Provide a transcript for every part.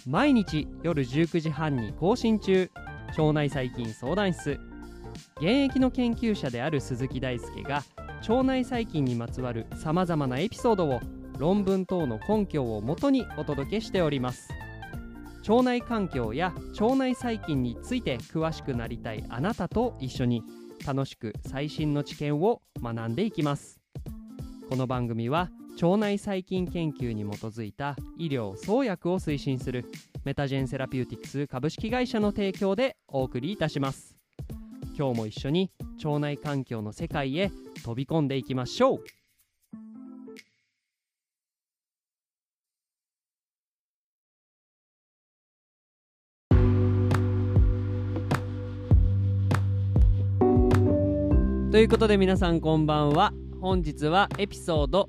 毎日夜19時半に更新中、腸内細菌相談室。現役の研究者である鈴木大輔が腸内細菌にまつわるさまざまなエピソードを論文等の根拠をもとにお届けしております。腸内環境や腸内細菌について詳しくなりたいあなたと一緒に楽しく最新の知見を学んでいきます。この番組は腸内細菌研究に基づいた医療創薬を推進するメタジェンセラピューティクス株式会社の提供でお送りいたします。今日も一緒に腸内環境の世界へ飛び込んでいきましょう。ということで皆さんこんばんは。本日はエピソード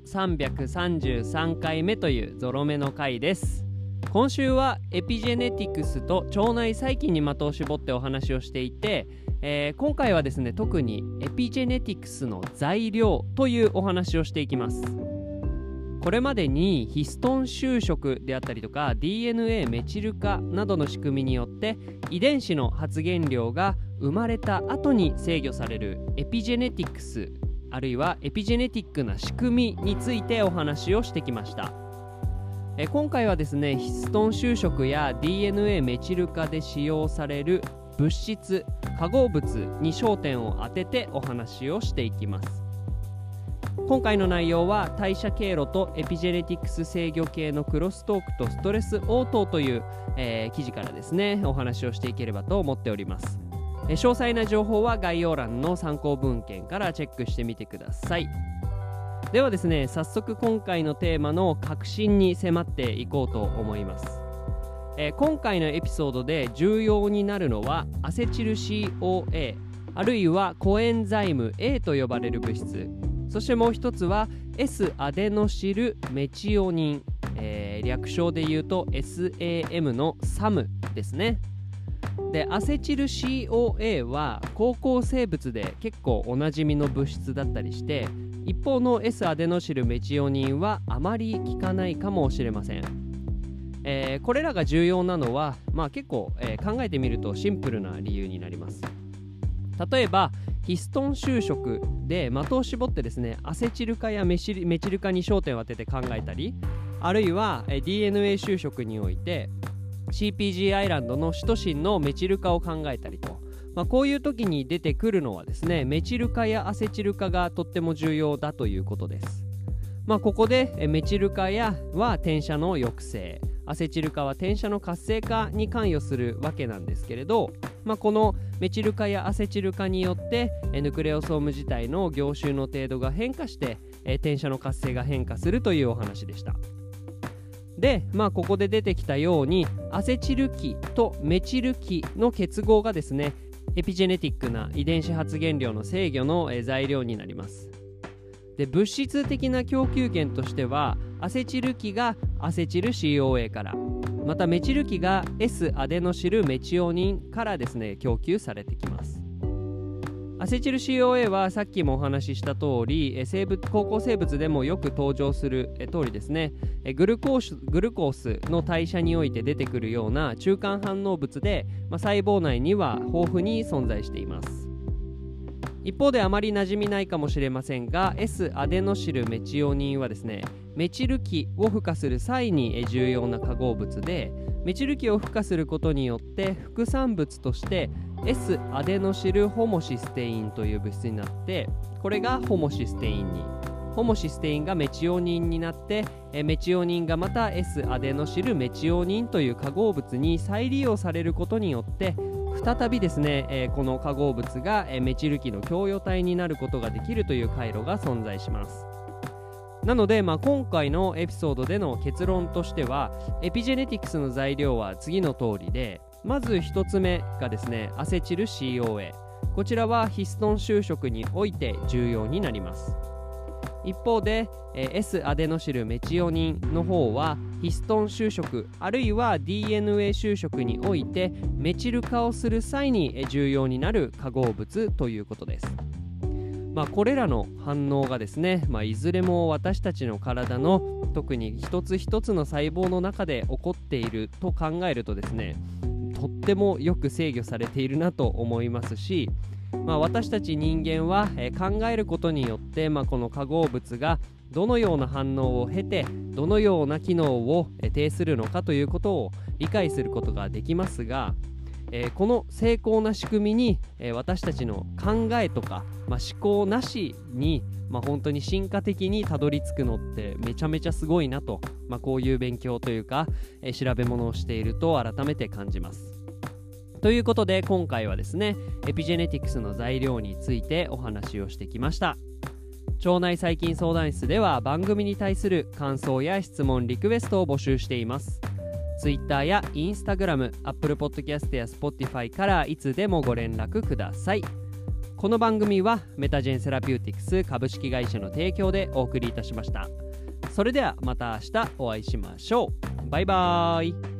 333回目というゾロ目の回です。今週はエピジェネティクスと腸内細菌に的を絞ってお話をしていて、今回はですね、特にエピジェネティクスの材料というお話をしていきます。これまでにヒストン修飾であったりとか DNA メチル化などの仕組みによって遺伝子の発現量が生まれた後に制御されるエピジェネティクス、あるいはエピジェネティックな仕組みについてお話をしてきました。今回はですね、ヒストン修飾や DNA メチル化で使用される物質、化合物に焦点を当ててお話をしていきます。今回の内容は代謝経路とエピジェネティクス制御系のクロストークとストレス応答という、記事からですね、お話をしていければと思っております。詳細な情報は概要欄の参考文献からチェックしてみてください。ではですね、早速今回のテーマの核心に迫っていこうと思います。今回のエピソードで重要になるのはアセチル CoA、 あるいはコエンザイム A と呼ばれる物質、そしてもう一つは S アデノシルメチオニン、略称で言うと SAM の SAM ですね。でアセチル CoA は好光生物で結構おなじみの物質だったりして、一方の S アデノシルメチオニンはあまり効かないかもしれません。これらが重要なのは、結構、考えてみるとシンプルな理由になります。例えばヒストン修飾で的を絞ってですね、アセチル化やメチル化に焦点を当てて考えたり、あるいは DNA 修飾において CpG アイランドのシトシンのメチル化を考えたりと、こういう時に出てくるのはですね、メチル化やアセチル化がとっても重要だということです。ここでメチル化は転写の抑制、アセチル化は転写の活性化に関与するわけなんですけれど、このメチル化やアセチル化によってヌクレオソーム自体の凝集の程度が変化して転写の活性が変化するというお話でした。で、ここで出てきたようにアセチル基とメチル基の結合がですね、エピジェネティックな遺伝子発現量の制御の材料になります。で物質的な供給源としてはアセチル基がアセチル CoA から、またメチル基が S アデノシルメチオニンからですね供給されてきます。アセチル CoA はさっきもお話しした通り好光生物でもよく登場する通りですね、グルコースの代謝において出てくるような中間反応物で、細胞内には豊富に存在しています。一方であまり馴染みないかもしれませんが S アデノシルメチオニンはですね、メチル基を付加する際に重要な化合物で、メチル基を付加することによって副産物として S アデノシルホモシステインという物質になって、これがホモシステインに、ホモシステインがメチオニンになって、メチオニンがまた S アデノシルメチオニンという化合物に再利用されることによって再びですね、この化合物がメチル基の共用体になることができるという回路が存在します。なので、今回のエピソードでの結論としてはエピジェネティクスの材料は次の通りで、まず1つ目がですねアセチル CoA、 こちらはヒストン修飾において重要になります。一方で S アデノシルメチオニンの方はヒストン修飾あるいは DNA 修飾においてメチル化をする際に重要になる化合物ということです。 これらの反応がですね、いずれも私たちの体の特に一つ一つの細胞の中で起こっていると考えるとですね、とってもよく制御されているなと思いますし、私たち人間は考えることによって、この化合物がどのような反応を経てどのような機能を呈するのかということを理解することができますが、この精巧な仕組みに私たちの考えとか、思考なしに、本当に進化的にたどり着くのってめちゃめちゃすごいなと、こういう勉強というか、調べ物をしていると改めて感じます。ということで今回はですね、エピジェネティクスの材料についてお話をしてきました。腸内細菌相談室では番組に対する感想や質問、リクエストを募集しています。Twitter や Instagram、Apple Podcast や Spotify からいつでもご連絡ください。この番組はメタジェンセラピューティクス株式会社の提供でお送りいたしました。それではまた明日お会いしましょう。バイバーイ。